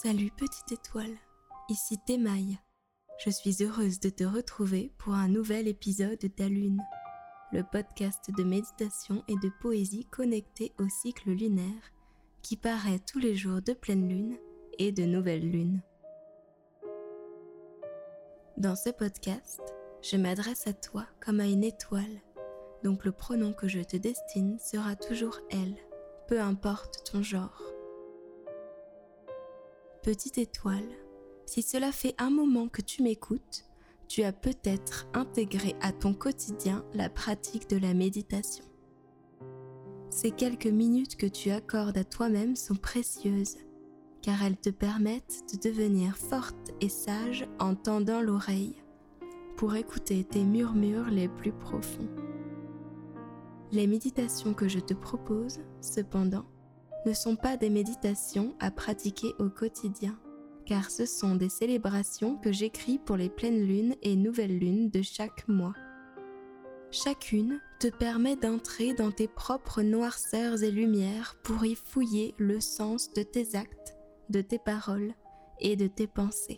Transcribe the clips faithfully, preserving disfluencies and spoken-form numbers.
Salut petite étoile, ici Thémaille. Je suis heureuse de te retrouver pour un nouvel épisode d'Alune, le podcast de méditation et de poésie connecté au cycle lunaire qui paraît tous les jours de pleine lune et de nouvelle lune. Dans ce podcast, je m'adresse à toi comme à une étoile, donc le pronom que je te destine sera toujours elle, peu importe ton genre. Petite étoile, si cela fait un moment que tu m'écoutes, tu as peut-être intégré à ton quotidien la pratique de la méditation. Ces quelques minutes que tu accordes à toi-même sont précieuses, car elles te permettent de devenir forte et sage en tendant l'oreille pour écouter tes murmures les plus profonds. Les méditations que je te propose, cependant, ne sont pas des méditations à pratiquer au quotidien, car ce sont des célébrations que j'écris pour les pleines lunes et nouvelles lunes de chaque mois. Chacune te permet d'entrer dans tes propres noirceurs et lumières pour y fouiller le sens de tes actes, de tes paroles et de tes pensées.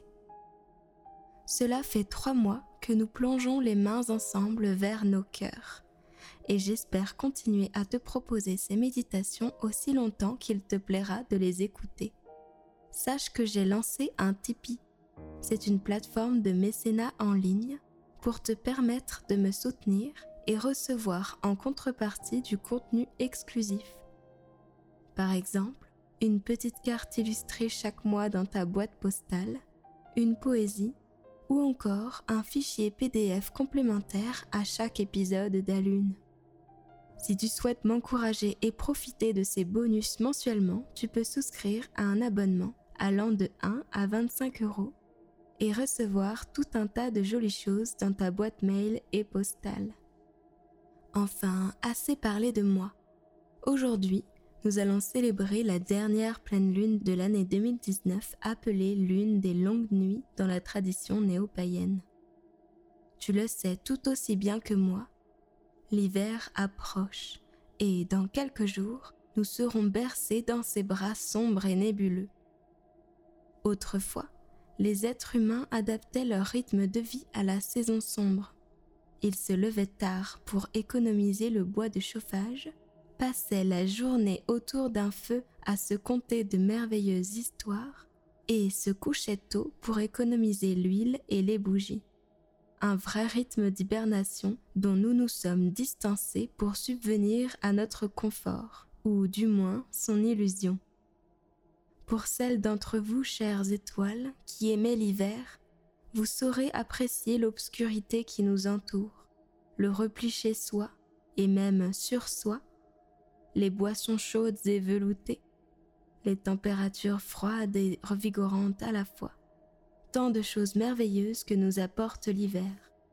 Cela fait trois mois que nous plongeons les mains ensemble vers nos cœurs. Et j'espère continuer à te proposer ces méditations aussi longtemps qu'il te plaira de les écouter. Sache que j'ai lancé un Tipeee. C'est une plateforme de mécénat en ligne pour te permettre de me soutenir et recevoir en contrepartie du contenu exclusif. Par exemple, une petite carte illustrée chaque mois dans ta boîte postale, une poésie ou encore un fichier P D F complémentaire à chaque épisode d'Alune. Si tu souhaites m'encourager et profiter de ces bonus mensuellement, tu peux souscrire à un abonnement allant de un à vingt-cinq euros et recevoir tout un tas de jolies choses dans ta boîte mail et postale. Enfin, assez parlé de moi. Aujourd'hui, nous allons célébrer la dernière pleine lune de l'année deux mille dix-neuf, appelée lune des longues nuits dans la tradition néo-païenne. Tu le sais tout aussi bien que moi, l'hiver approche et dans quelques jours, nous serons bercés dans ses bras sombres et nébuleux. Autrefois, les êtres humains adaptaient leur rythme de vie à la saison sombre. Ils se levaient tard pour économiser le bois de chauffage, passaient la journée autour d'un feu à se conter de merveilleuses histoires et se couchaient tôt pour économiser l'huile et les bougies. Un vrai rythme d'hibernation dont nous nous sommes distancés pour subvenir à notre confort, ou du moins son illusion. Pour celles d'entre vous, chères étoiles, qui aimez l'hiver, vous saurez apprécier l'obscurité qui nous entoure, le repli chez soi, et même sur soi, les boissons chaudes et veloutées, les températures froides et revigorantes à la fois. Tant de choses merveilleuses que nous apporte l'hiver.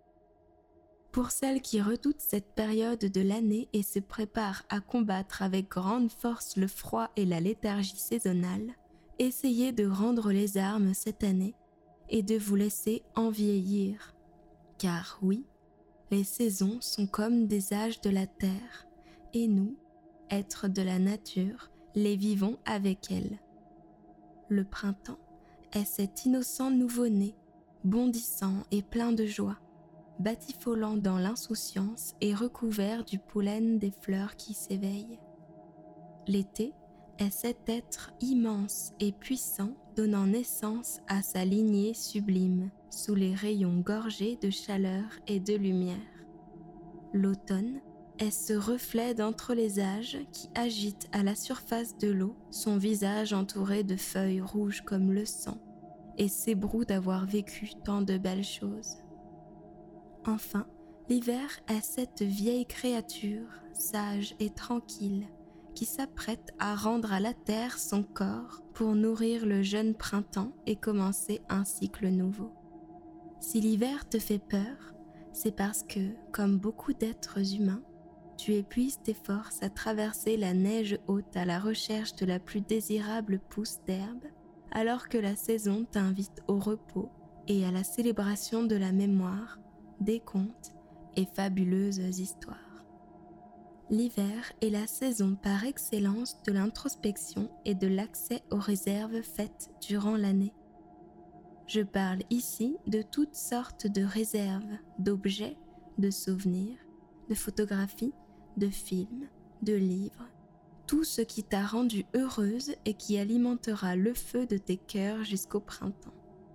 Pour celles qui redoutent cette période de l'année et se préparent à combattre avec grande force le froid et la léthargie saisonnale, essayez de rendre les armes cette année et de vous laisser envieillir. Car oui, les saisons sont comme des âges de la terre, et nous, êtres de la nature, les vivons avec elles. Le printemps est cet innocent nouveau-né, bondissant et plein de joie, batifolant dans l'insouciance et recouvert du pollen des fleurs qui s'éveillent. L'été est cet être immense et puissant donnant naissance à sa lignée sublime, sous les rayons gorgés de chaleur et de lumière. L'automne est ce reflet d'entre les âges qui agite à la surface de l'eau son visage entouré de feuilles rouges comme le sang et s'ébroue d'avoir vécu tant de belles choses. Enfin, l'hiver est cette vieille créature, sage et tranquille, qui s'apprête à rendre à la terre son corps pour nourrir le jeune printemps et commencer un cycle nouveau. Si l'hiver te fait peur, c'est parce que, comme beaucoup d'êtres humains, tu épuises tes forces à traverser la neige haute à la recherche de la plus désirable pousse d'herbe, alors que la saison t'invite au repos et à la célébration de la mémoire, des contes et fabuleuses histoires. L'hiver est la saison par excellence de l'introspection et de l'accès aux réserves faites durant l'année. Je parle ici de toutes sortes de réserves, d'objets, de souvenirs, de photographies, de films, de livres, tout ce qui t'a rendue heureuse et qui alimentera le feu de tes cœurs jusqu'au printemps.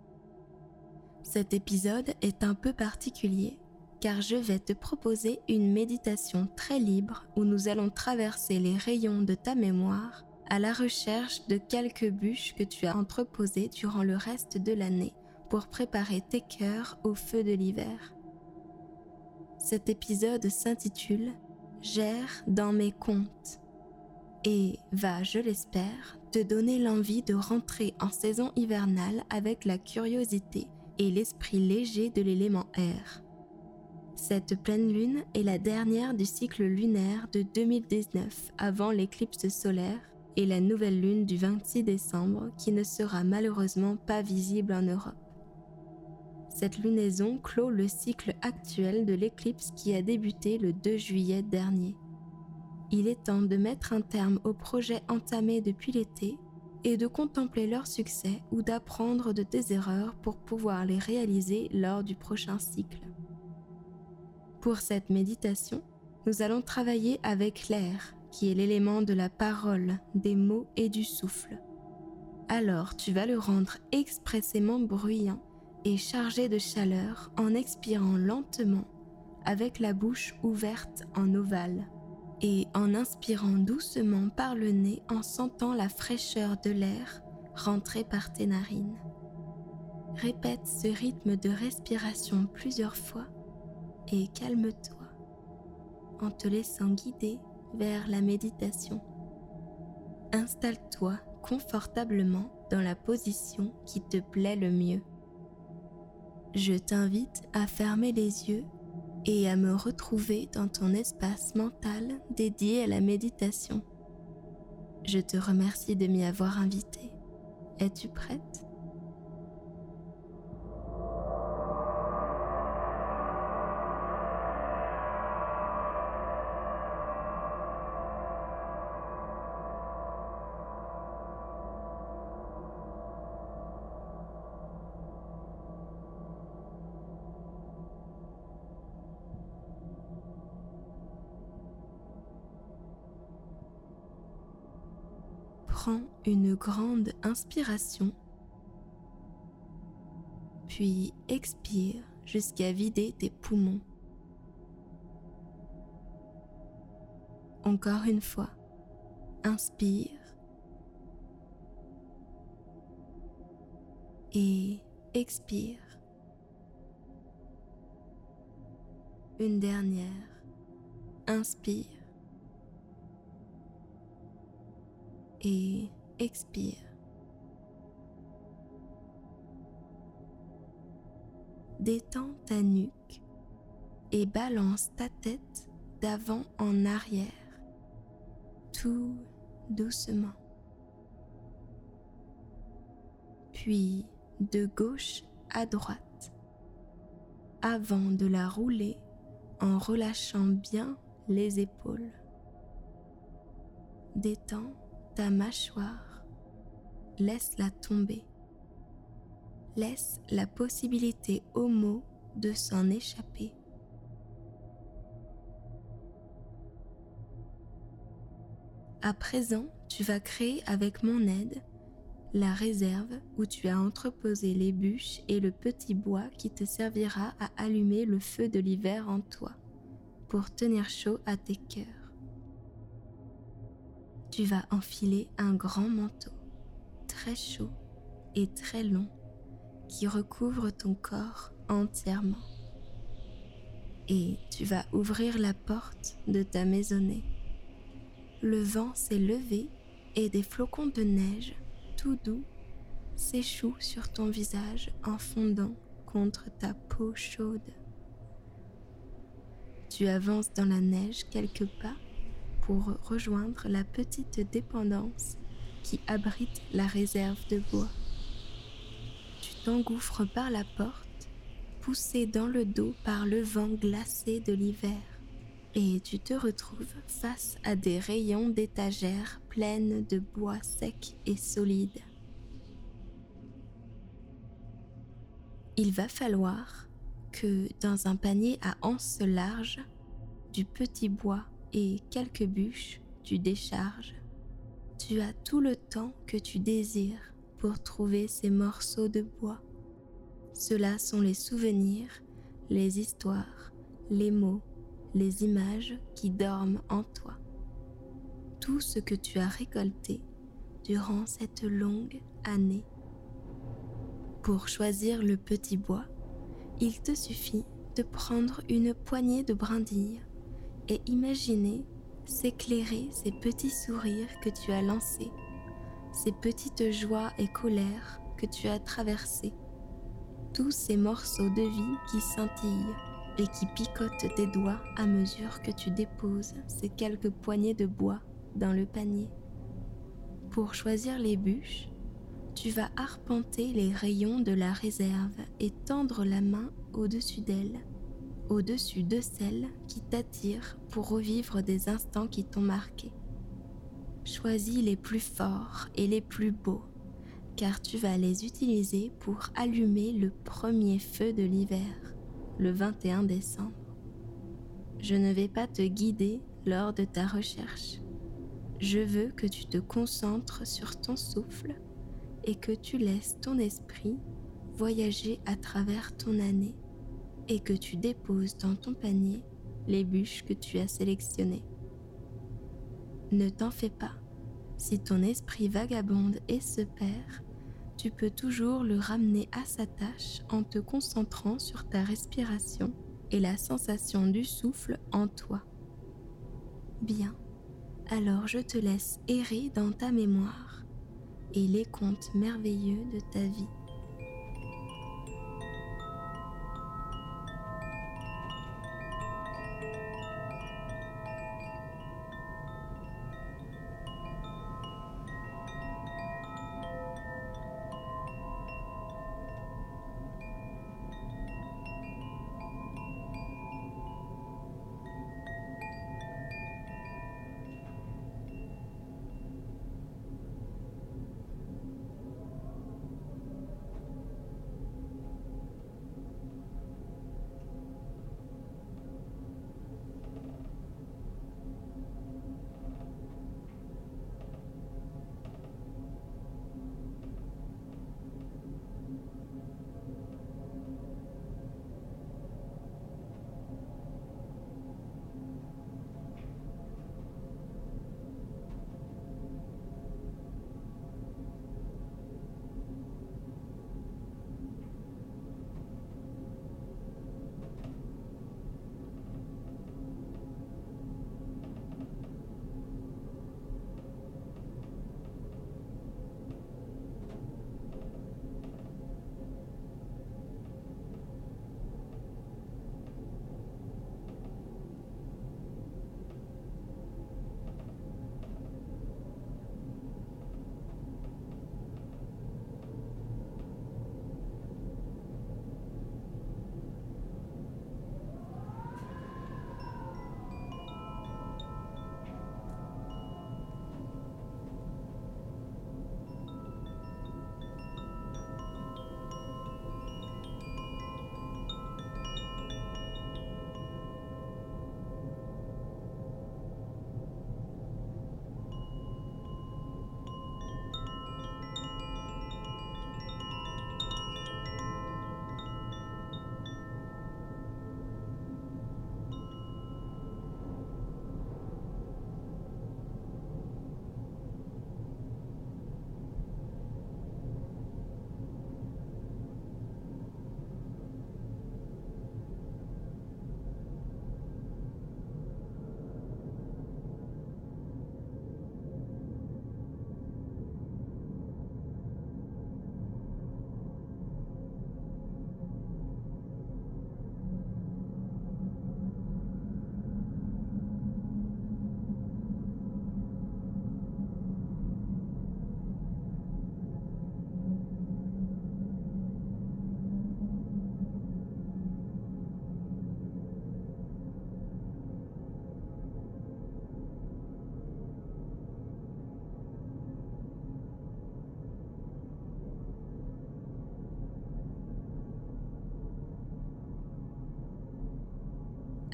Cet épisode est un peu particulier car je vais te proposer une méditation très libre où nous allons traverser les rayons de ta mémoire à la recherche de quelques bûches que tu as entreposées durant le reste de l'année pour préparer tes cœurs au feu de l'hiver. Cet épisode s'intitule « Gère dans mes comptes » et va, je l'espère, te donner l'envie de rentrer en saison hivernale avec la curiosité et l'esprit léger de l'élément air. Cette pleine lune est la dernière du cycle lunaire de deux mille dix-neuf avant l'éclipse solaire et la nouvelle lune du vingt-six décembre qui ne sera malheureusement pas visible en Europe. Cette lunaison clôt le cycle actuel de l'éclipse qui a débuté le deux juillet dernier. Il est temps de mettre un terme aux projets entamés depuis l'été et de contempler leur succès ou d'apprendre de tes erreurs pour pouvoir les réaliser lors du prochain cycle. Pour cette méditation, nous allons travailler avec l'air, qui est l'élément de la parole, des mots et du souffle. Alors tu vas le rendre expressément bruyant et chargé de chaleur en expirant lentement, avec la bouche ouverte en ovale, et en inspirant doucement par le nez en sentant la fraîcheur de l'air rentrer par tes narines. Répète ce rythme de respiration plusieurs fois et calme-toi en te laissant guider vers la méditation. Installe-toi confortablement dans la position qui te plaît le mieux. Je t'invite à fermer les yeux et à me retrouver dans ton espace mental dédié à la méditation. Je te remercie de m'y avoir invité. Es-tu prête ? Prends une grande inspiration, puis expire jusqu'à vider tes poumons. Encore une fois, inspire et expire. Une dernière, inspire et expire. Détends ta nuque et balance ta tête d'avant en arrière, tout doucement. Puis de gauche à droite, avant de la rouler en relâchant bien les épaules. Détends ta mâchoire, laisse-la tomber. Laisse la possibilité aux mots de s'en échapper. À présent, tu vas créer avec mon aide la réserve où tu as entreposé les bûches et le petit bois qui te servira à allumer le feu de l'hiver en toi pour tenir chaud à tes cœurs. Tu vas enfiler un grand manteau, très chaud et très long, qui recouvre ton corps entièrement. Et tu vas ouvrir la porte de ta maisonnée. Le vent s'est levé et des flocons de neige, tout doux, s'échouent sur ton visage en fondant contre ta peau chaude. Tu avances dans la neige quelques pas pour rejoindre la petite dépendance qui abrite la réserve de bois. Tu t'engouffres par la porte, poussé dans le dos par le vent glacé de l'hiver. et tu te retrouves face à des rayons d'étagères pleines de bois sec et solide. Il va falloir que dans un panier à anse large, du petit bois et quelques bûches, tu décharges. Tu as tout le temps que tu désires pour trouver ces morceaux de bois. Ceux-là sont les souvenirs, les histoires, les mots, les images qui dorment en toi. Tout ce que tu as récolté durant cette longue année. Pour choisir le petit bois, il te suffit de prendre une poignée de brindilles et imaginer s'éclairer ces petits sourires que tu as lancés, ces petites joies et colères que tu as traversées, tous ces morceaux de vie qui scintillent et qui picotent tes doigts à mesure que tu déposes ces quelques poignées de bois dans le panier. Pour choisir les bûches, tu vas arpenter les rayons de la réserve et tendre la main au-dessus d'elles, au-dessus de celles qui t'attirent pour revivre des instants qui t'ont marqué. Choisis les plus forts et les plus beaux, car tu vas les utiliser pour allumer le premier feu de l'hiver, le vingt et un décembre. Je ne vais pas te guider lors de ta recherche. Je veux que tu te concentres sur ton souffle et que tu laisses ton esprit voyager à travers ton année et que tu déposes dans ton panier les bûches que tu as sélectionnées. Ne t'en fais pas, si ton esprit vagabonde et se perd, tu peux toujours le ramener à sa tâche en te concentrant sur ta respiration et la sensation du souffle en toi. Bien, alors je te laisse errer dans ta mémoire et les contes merveilleux de ta vie.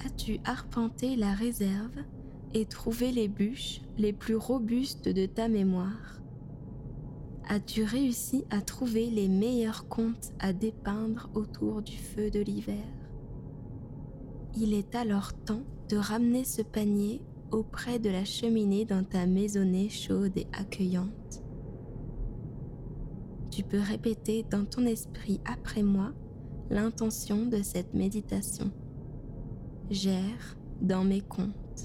as-tu arpenté la réserve et trouvé les bûches les plus robustes de ta mémoire? As-tu réussi à trouver les meilleurs contes à dépeindre autour du feu de l'hiver? Il est alors temps de ramener ce panier auprès de la cheminée dans ta maisonnée chaude et accueillante. Tu peux répéter dans ton esprit après moi l'intention de cette méditation. J'erre dans mes contes.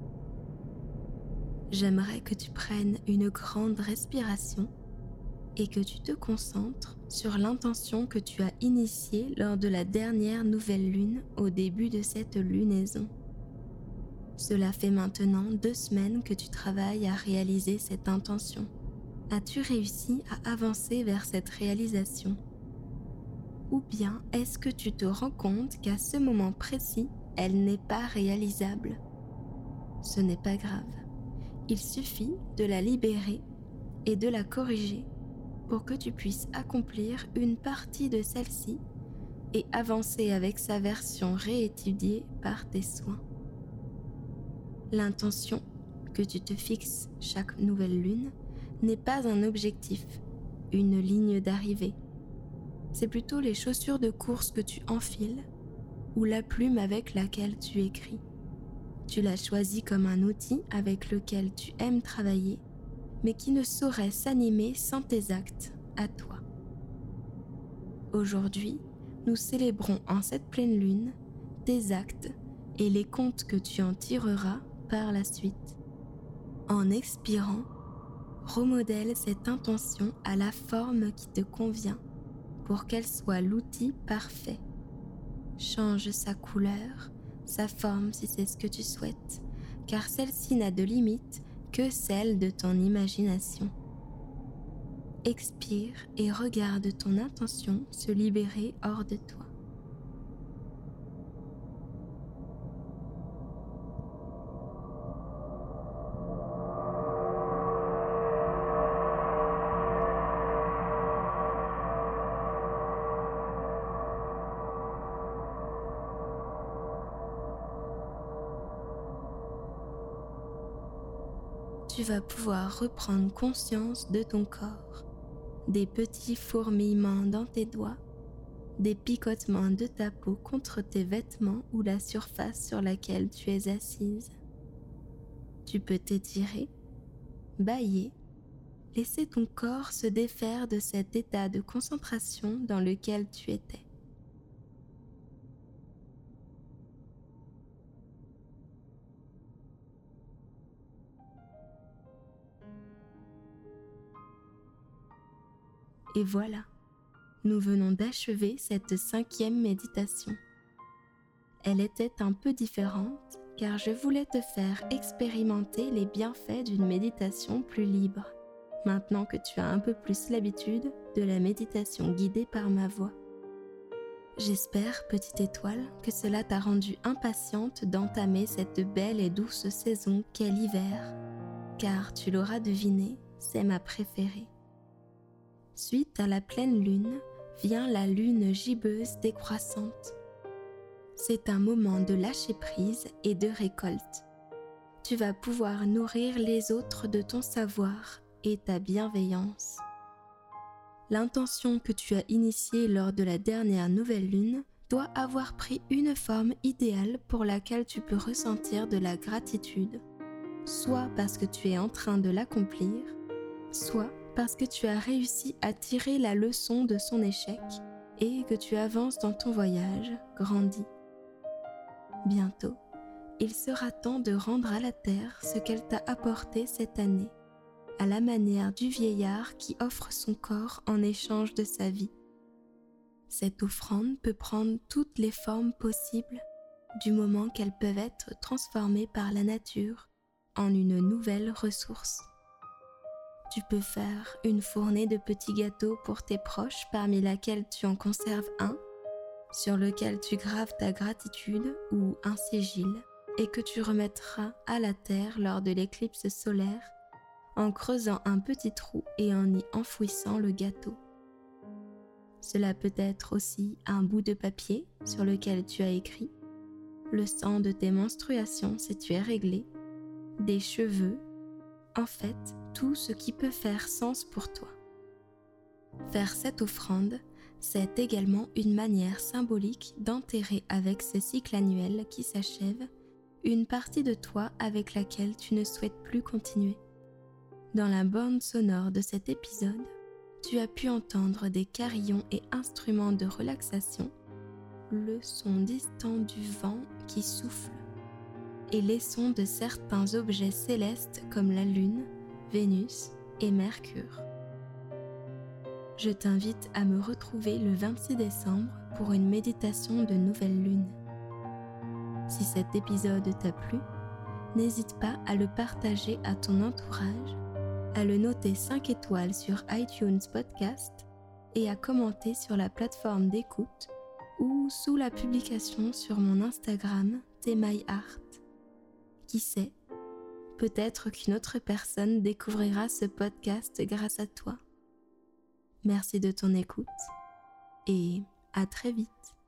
J'aimerais que tu prennes une grande respiration et que tu te concentres sur l'intention que tu as initiée lors de la dernière nouvelle lune au début de cette lunaison. Cela fait maintenant deux semaines que tu travailles à réaliser cette intention. As-tu réussi à avancer vers cette réalisation? Ou bien est-ce que tu te rends compte qu'à ce moment précis, elle n'est pas réalisable? Ce n'est pas grave. Il suffit de la libérer et de la corriger pour que tu puisses accomplir une partie de celle-ci et avancer avec sa version réétudiée par tes soins. L'intention que tu te fixes chaque nouvelle lune n'est pas un objectif, une ligne d'arrivée. C'est plutôt les chaussures de course que tu enfiles ou la plume avec laquelle tu écris. Tu l'as choisi comme un outil avec lequel tu aimes travailler, mais qui ne saurait s'animer sans tes actes à toi. Aujourd'hui, nous célébrons en cette pleine lune tes actes et les comptes que tu en tireras par la suite. En expirant, remodèle cette intention à la forme qui te convient pour qu'elle soit l'outil parfait. Change sa couleur, sa forme si c'est ce que tu souhaites, car celle-ci n'a de limite que celle de ton imagination. Expire et regarde ton intention se libérer hors de toi. Tu vas pouvoir reprendre conscience de ton corps, des petits fourmillements dans tes doigts, des picotements de ta peau contre tes vêtements ou la surface sur laquelle tu es assise. Tu peux t'étirer, bâiller, laisser ton corps se défaire de cet état de concentration dans lequel tu étais. Et voilà, nous venons d'achever cette cinquième méditation. Elle était un peu différente car je voulais te faire expérimenter les bienfaits d'une méditation plus libre, maintenant que tu as un peu plus l'habitude de la méditation guidée par ma voix. J'espère, petite étoile, que cela t'a rendue impatiente d'entamer cette belle et douce saison qu'est l'hiver, car tu l'auras deviné, c'est ma préférée. Suite à la pleine lune, vient la lune gibbeuse décroissante. C'est un moment de lâcher prise et de récolte. Tu vas pouvoir nourrir les autres de ton savoir et ta bienveillance. L'intention que tu as initiée lors de la dernière nouvelle lune doit avoir pris une forme idéale pour laquelle tu peux ressentir de la gratitude, soit parce que tu es en train de l'accomplir, soit parce que tu as réussi à tirer la leçon de son échec et que tu avances dans ton voyage grandi. Bientôt, il sera temps de rendre à la terre ce qu'elle t'a apporté cette année, à la manière du vieillard qui offre son corps en échange de sa vie. Cette offrande peut prendre toutes les formes possibles, du moment qu'elles peuvent être transformées par la nature en une nouvelle ressource. Tu peux faire une fournée de petits gâteaux pour tes proches parmi laquelle tu en conserves un, sur lequel tu graves ta gratitude ou un sigil et que tu remettras à la terre lors de l'éclipse solaire en creusant un petit trou et en y enfouissant le gâteau. Cela peut être aussi un bout de papier sur lequel tu as écrit le sang de tes menstruations si tu es réglé, des cheveux, en fait, tout ce qui peut faire sens pour toi. Faire cette offrande, c'est également une manière symbolique d'enterrer avec ce cycle annuel qui s'achève une partie de toi avec laquelle tu ne souhaites plus continuer. Dans la bande sonore de cet épisode, tu as pu entendre des carillons et instruments de relaxation, le son distant du vent qui souffle et les sons de certains objets célestes comme la Lune, Vénus et Mercure. Je t'invite à me retrouver le vingt-six décembre pour une méditation de nouvelle lune. Si cet épisode t'a plu, n'hésite pas à le partager à ton entourage, à le noter cinq étoiles sur iTunes Podcast et à commenter sur la plateforme d'écoute ou sous la publication sur mon Instagram TMyArt. Qui sait, peut-être qu'une autre personne découvrira ce podcast grâce à toi. Merci de ton écoute et à très vite.